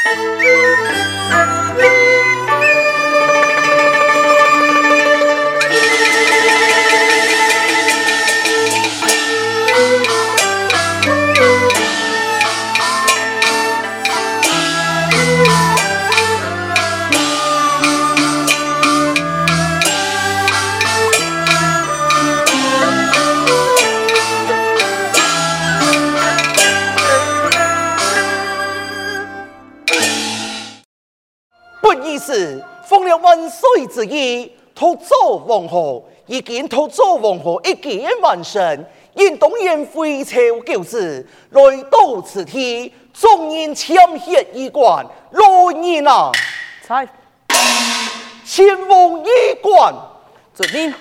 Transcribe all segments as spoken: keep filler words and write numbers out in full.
奉了万岁之意，托祖王后，已经托祖王后一见完成，因东燕回朝救子，来到此地，众人签协衣冠，来人啊！ 在前往衣冠， 遵命。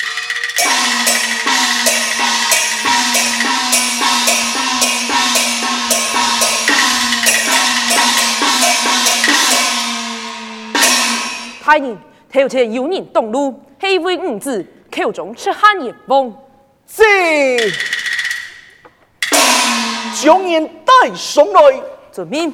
太人头前有人动怒，黑为五子口中吃汉人翁。 是将人带上来。 遵命。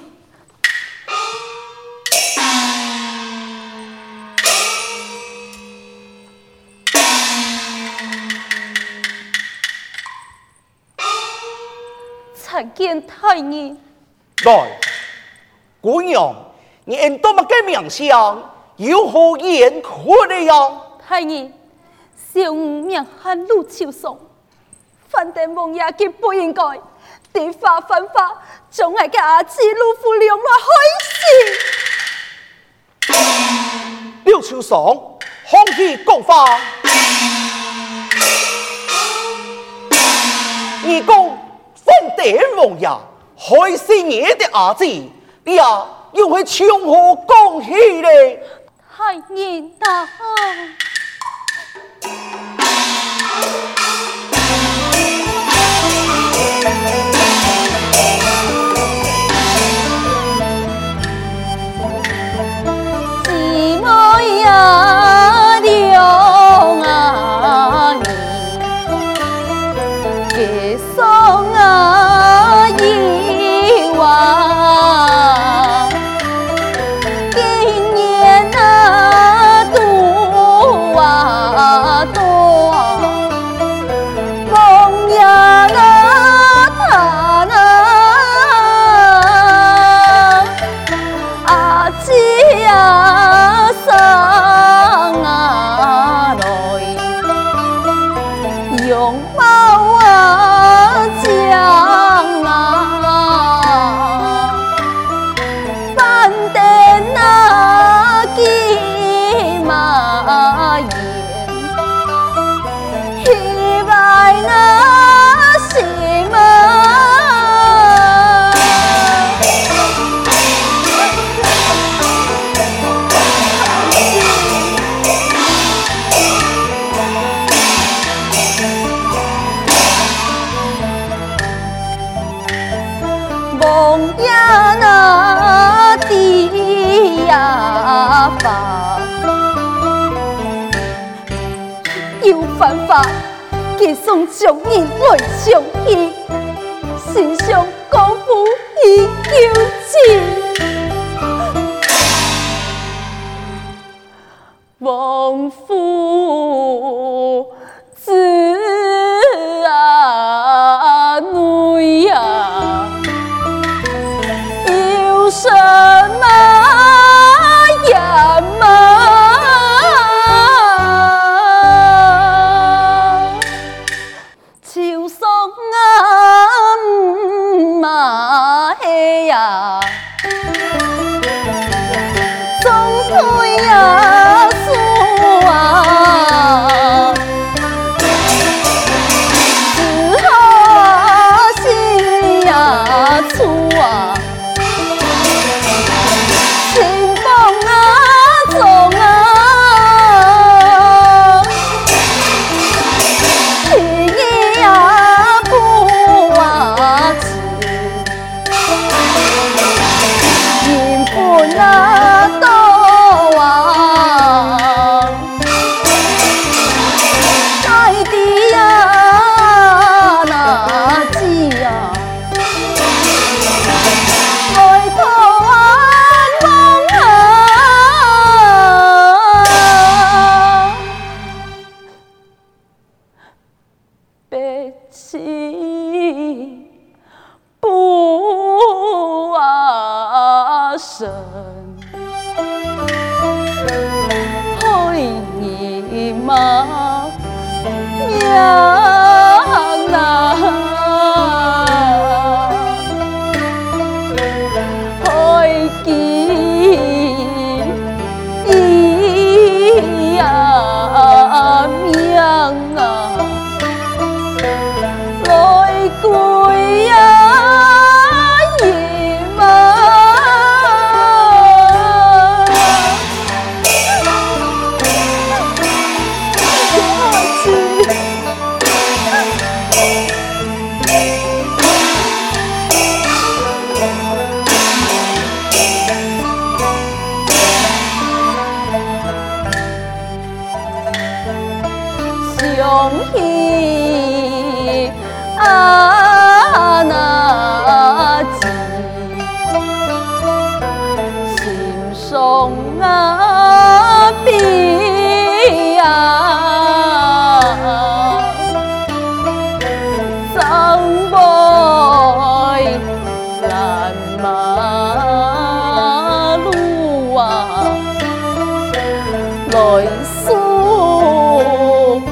参见太人。 来，姑娘，你按多么个名相？有何言可的呀？ 太人，小五名喊陆秋松，反对王爷嘅不应该，地法犯法，将我嘅阿姊陆夫两落害死。 陆秋松，放弃讲法。你讲反对王爷，害死你的阿姊，你呀又会从何讲起嘞？ 太人啊！姊妹呀，娘啊，你给送啊一碗，今年啊多啊多，王爷啊他那阿姊呀上啊来，用毛啊将啊，反正那几马言，希望那什么？王爷那地呀法，有犯法，寄送众人来相依，心上功夫已有情，王夫子啊女呀，有什么呀嘛？就送啊嘛嘿呀，总推呀苏啊，之后啊心呀粗啊。清风啊，从啊，情意啊不啊止，缘分啊多啊，爱的呀那知啊，爱托啊。 神，爱你吗？娘啊，爱你呀，娘啊，来归呀！相依啊那字，心上啊悲啊，张妹烂马路啊，来诉。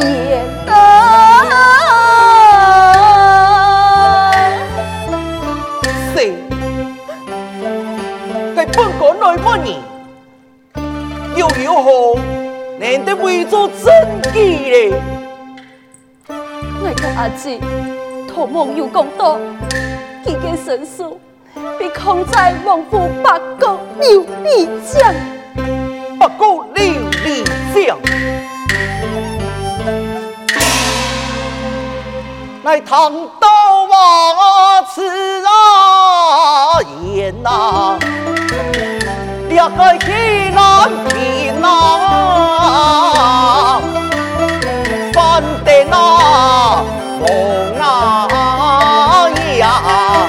又如何能得为做真义呢？ 我甲阿姊托梦有讲到，佢嘅神术被控在王府八国琉璃掌。 八国琉璃掌，乃唐刀瓦刺啊言呐，两个西南平啊，翻得那风啊呀，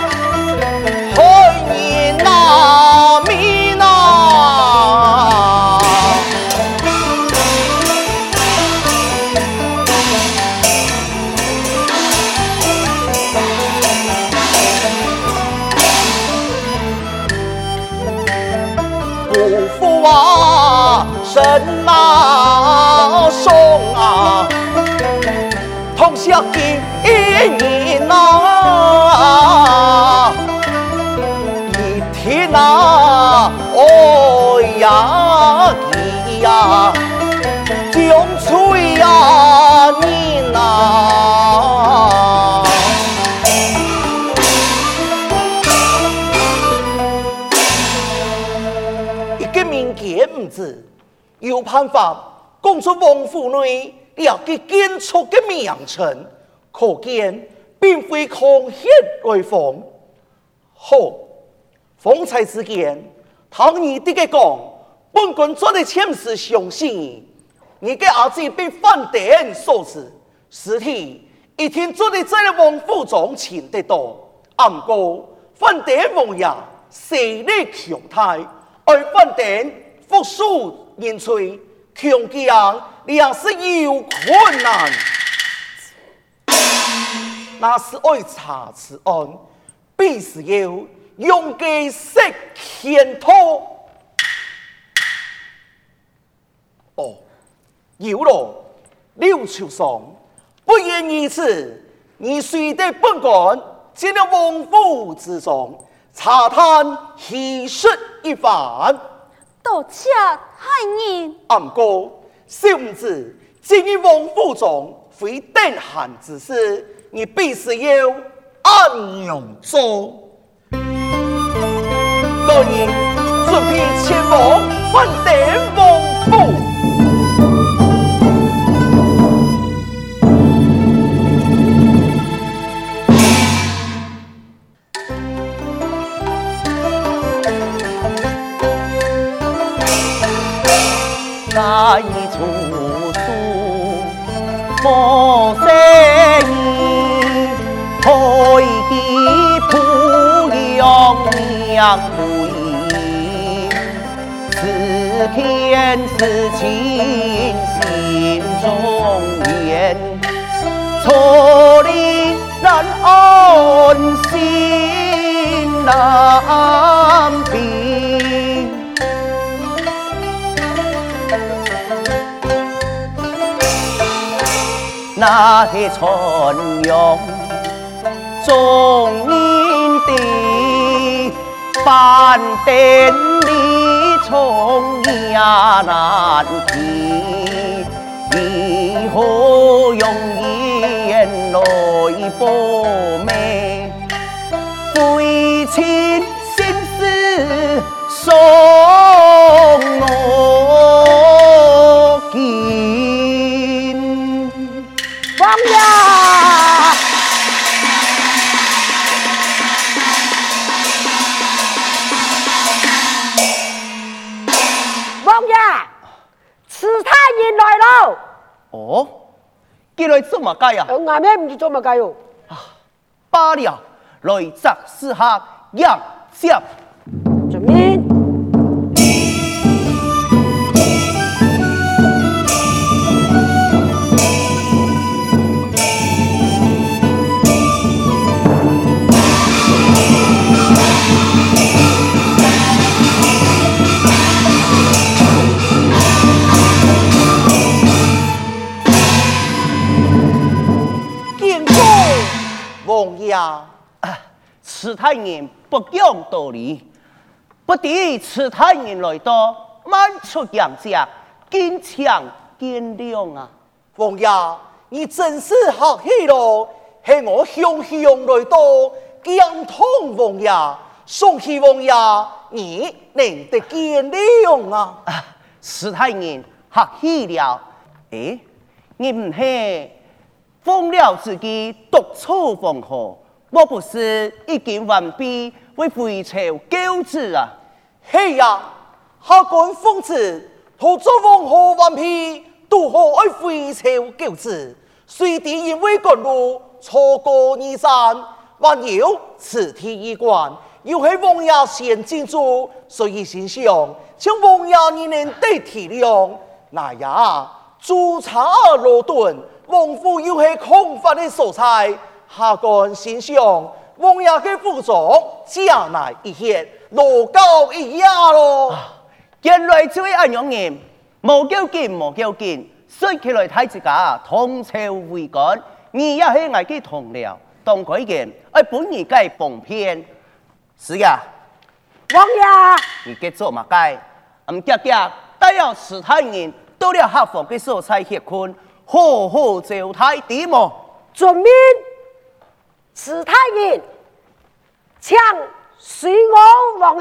海年那米呐，不服啊，神啊，松啊，同下一年啊，一天啊，哎呀，你呀，江水呀，你呐。民间唔知有办法讲出王府内两个建筑的名称，可见并非空穴来风。好，方才之间，唐你的个讲，本官做的前世相信，你嘅儿子被饭店所致，尸体一天做的在王府中请得到，暗过饭店王爷势力强大。而饭店复苏人才，强强也是有困难。那是爱查此案，必须要用计识牵拖。哦，有了，刘秋松，不言于此，你虽得本官进了王府之中。查探虚实一番， 多谢海人。 暗过小五子，今日王府中非等闲之事，你必须要按样做。各人准备前往饭店王府。那一处处莫生意，开地土养娘贵，此天此情心中言，错里难安心难平。 是春阳，中年的半点里从也难提，以后用言来报美，为情心思送我进。 王爷，王爷，此太人来了。 哦，进来做乜解呀？ 呃，外面唔是做乜解哟？ 罢了，来执四下迎接。 准备。 王爷， 此太人不讲道理，不敌此太人来到，满出杨家，坚强坚谅啊！ 王爷，你真是客气咯，是我向向来到，讲通王爷，送希王爷，你能得见谅啊！ 啊此太人客气了，诶，你唔系封了自己独处黄河，我不是已经完毕为回朝救子啊？ 嘿呀，下官奉旨，徒作黄河完毕，渡河爱回朝救子，虽敌因为赶路错过二山，还有此题一关，又系王爷先进驻，所以心想，请王爷你能得体谅，那呀，煮茶罗顿。王府又是空乏的所在，下官心想，王爷嘅副总加乃一些，罗高一样咯。 原来这位安阳人，无叫紧，无叫紧，说起来睇自家同朝为官，你也是爱嘅同僚，当改人，爱本而该奉骗。是呀， 王爷， 你嘅做乜解？唔夹夹带了此太人到了客房嘅所在歇困。好好招待点么？ 准命，此太人，请随我往去。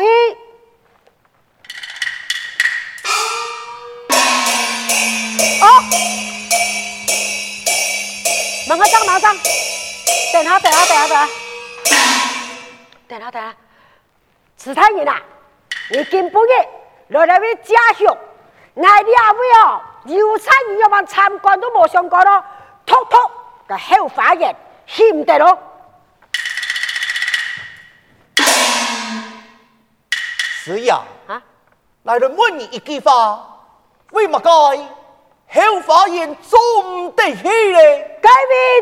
哦，马上马上，等下等下等下等下，等下等下，此太人啊，你今半夜来来位家乡，爱你阿妹哦。有参与要万参观都冇上过咯，突突个后发言欠得咯。 是呀， 啊， 来人问你一句话，为乜该后发言做唔得起咧？ 该位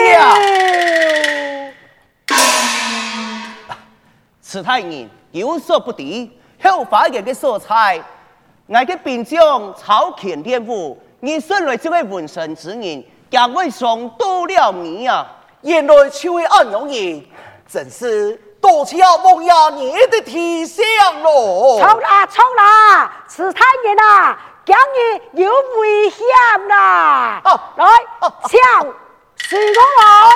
是呀，此太人有所不敌，后发言嘅所在。我嘅兵将草田练武，你孙来这位文神之人，将为上多了你啊！ 原来这位安阳人，真是多谢王爷你的提醒咯。 错啦错啦，此太人啊，今日有危险啦！ 啊、 来，请随我来。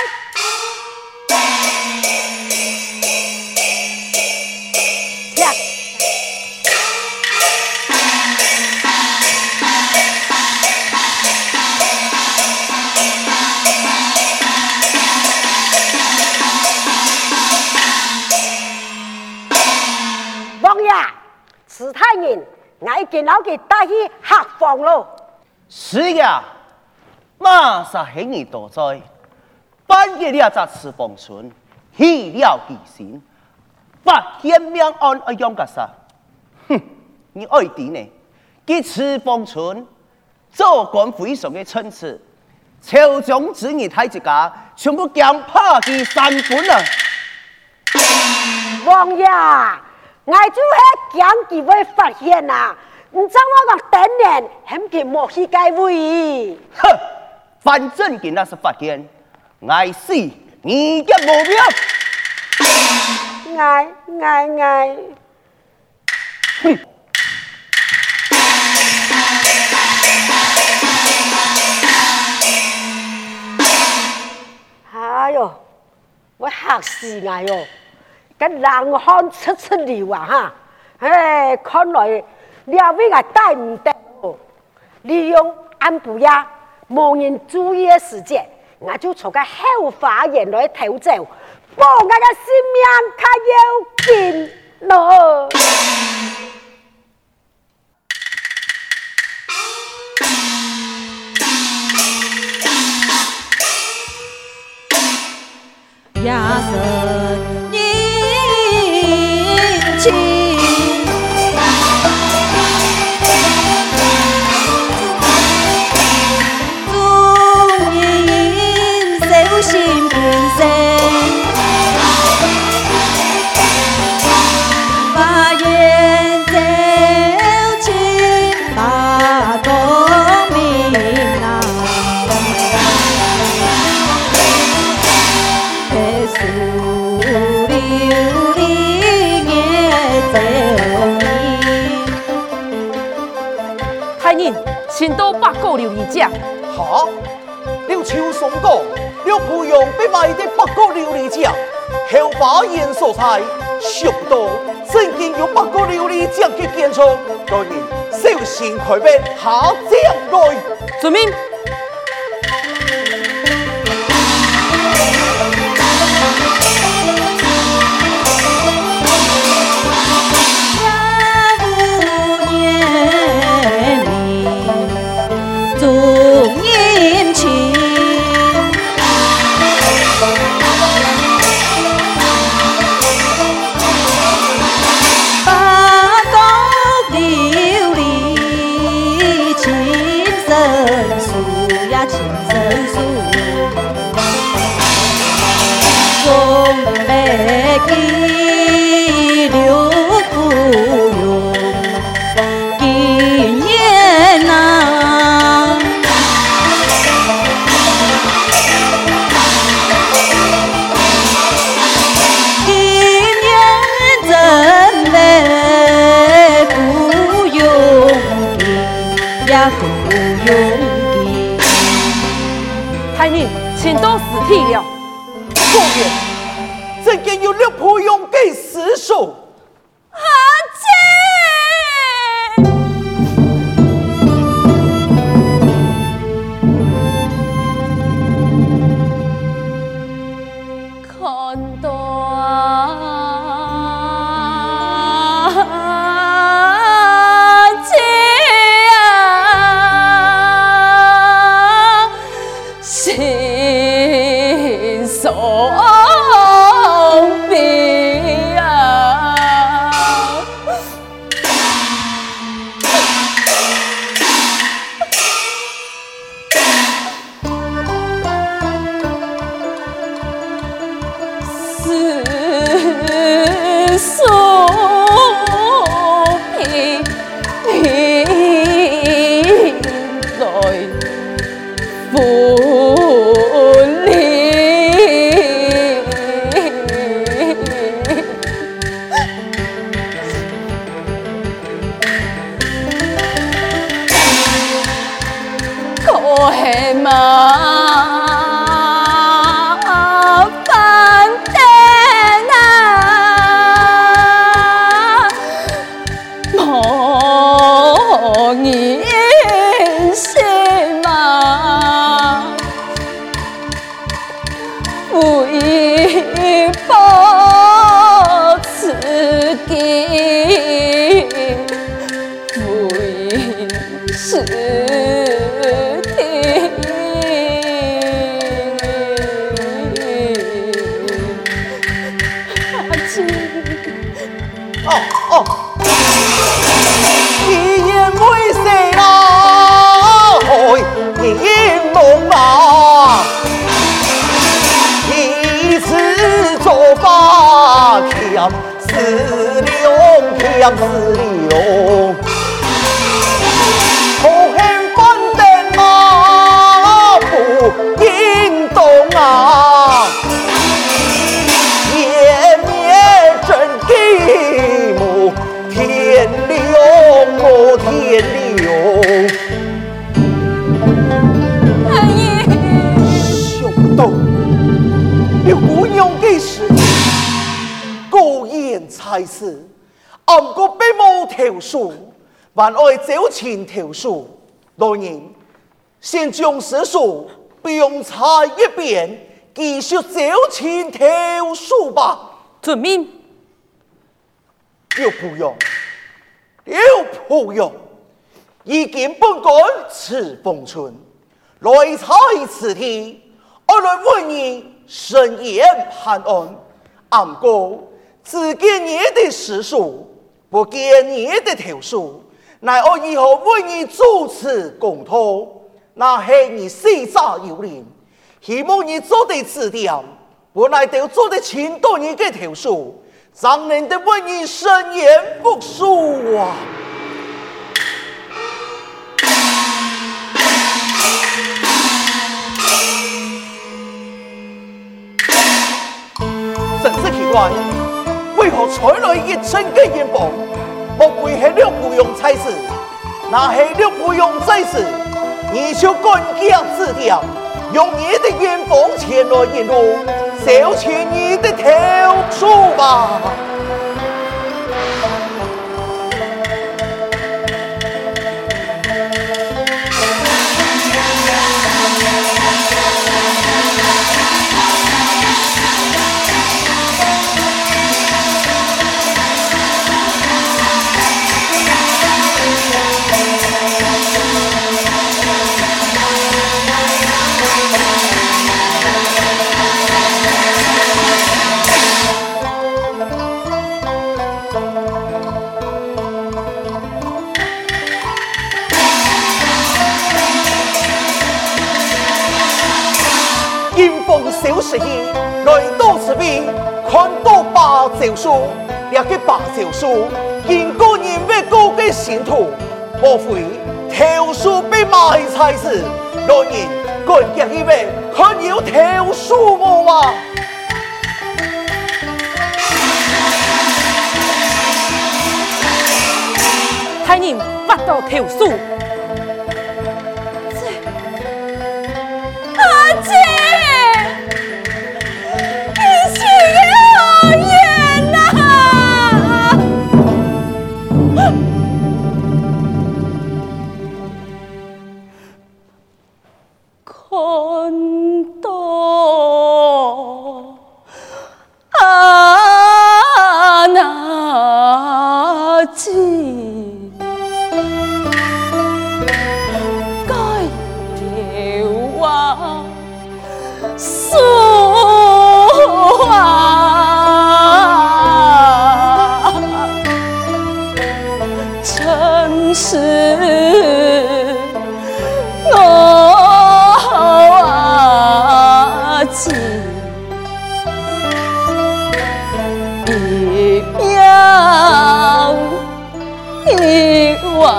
王爷，此太人，我已经老给带去客房咯。 是呀，马上ให้你多灾，半夜了在吃风村，弃了其心，发现命案一样个啥？哼，你爱弟呢？佢吃风村，做官非常的称职，朝中子女睇一家，全部强拍佢三本啊！ 王爷，我就系讲机会发现啊，唔知我个等人很佢莫去解围。 哼， 反正今那是发现，爱死你也无命。 爱爱爱。 哼！ 哎呦，我吓死我哟！跟冷汗出出流啊哈！哎，看来两位也带唔得哦。利用安补呀，无人注意的时间，我就从个后花园来偷走，保我个性命较要紧咯。 夜深人静，终因小心平生，花园走亲把功名啊。 太人，请到八股琉璃奖。 哈！刘秋松讲，刘培阳被卖的八股琉璃奖，后花园所在，想不到曾经有八股琉璃奖的建筑，当然小心开门下将来。 遵命。太人，请到尸体了。 后面曾经有刘培阳给死守。 阿姐，看到。 相思流，好汉翻腾啊，不事，暗过被冇投诉，还爱走前投诉。来人，先将事数并查一遍，继续走前投诉吧。 遵命。 刘仆用，刘仆用，已经本该此封村，来采此地，我来问你深言判案。暗过只见你的实数，不见你的投诉，乃我以后为你主持公道，那是你四杂有灵，希望你做得指点，本来就做得清多你的投诉。让人的为你深言不述啊！真是奇怪，为何才来一身的烟房，莫非是了不用差事？那是了不用差事，你就赶紧指点，用你的烟房前来引路。收起你的投诉吧！小时候来到此边，看到芭蕉树，那个芭蕉树经过人为高的信徒，莫非投诉被卖才是？来人，赶紧去问，看有投诉无啊？ 太人发到投诉。 阿姐。看到啊那子，该条啊树啊，真是我。一秒一晚，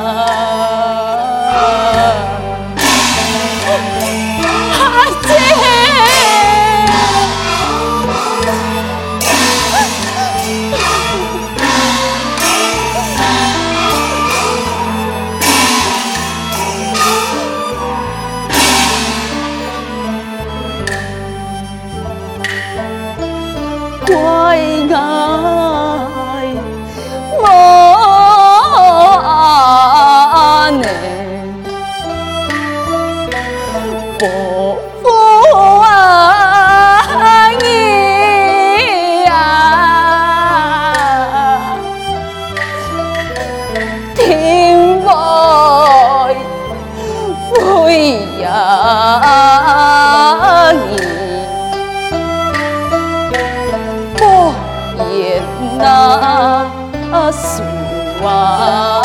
阿姐，怪爱我呢，伯父啊你啊，听我为呀你。那树啊。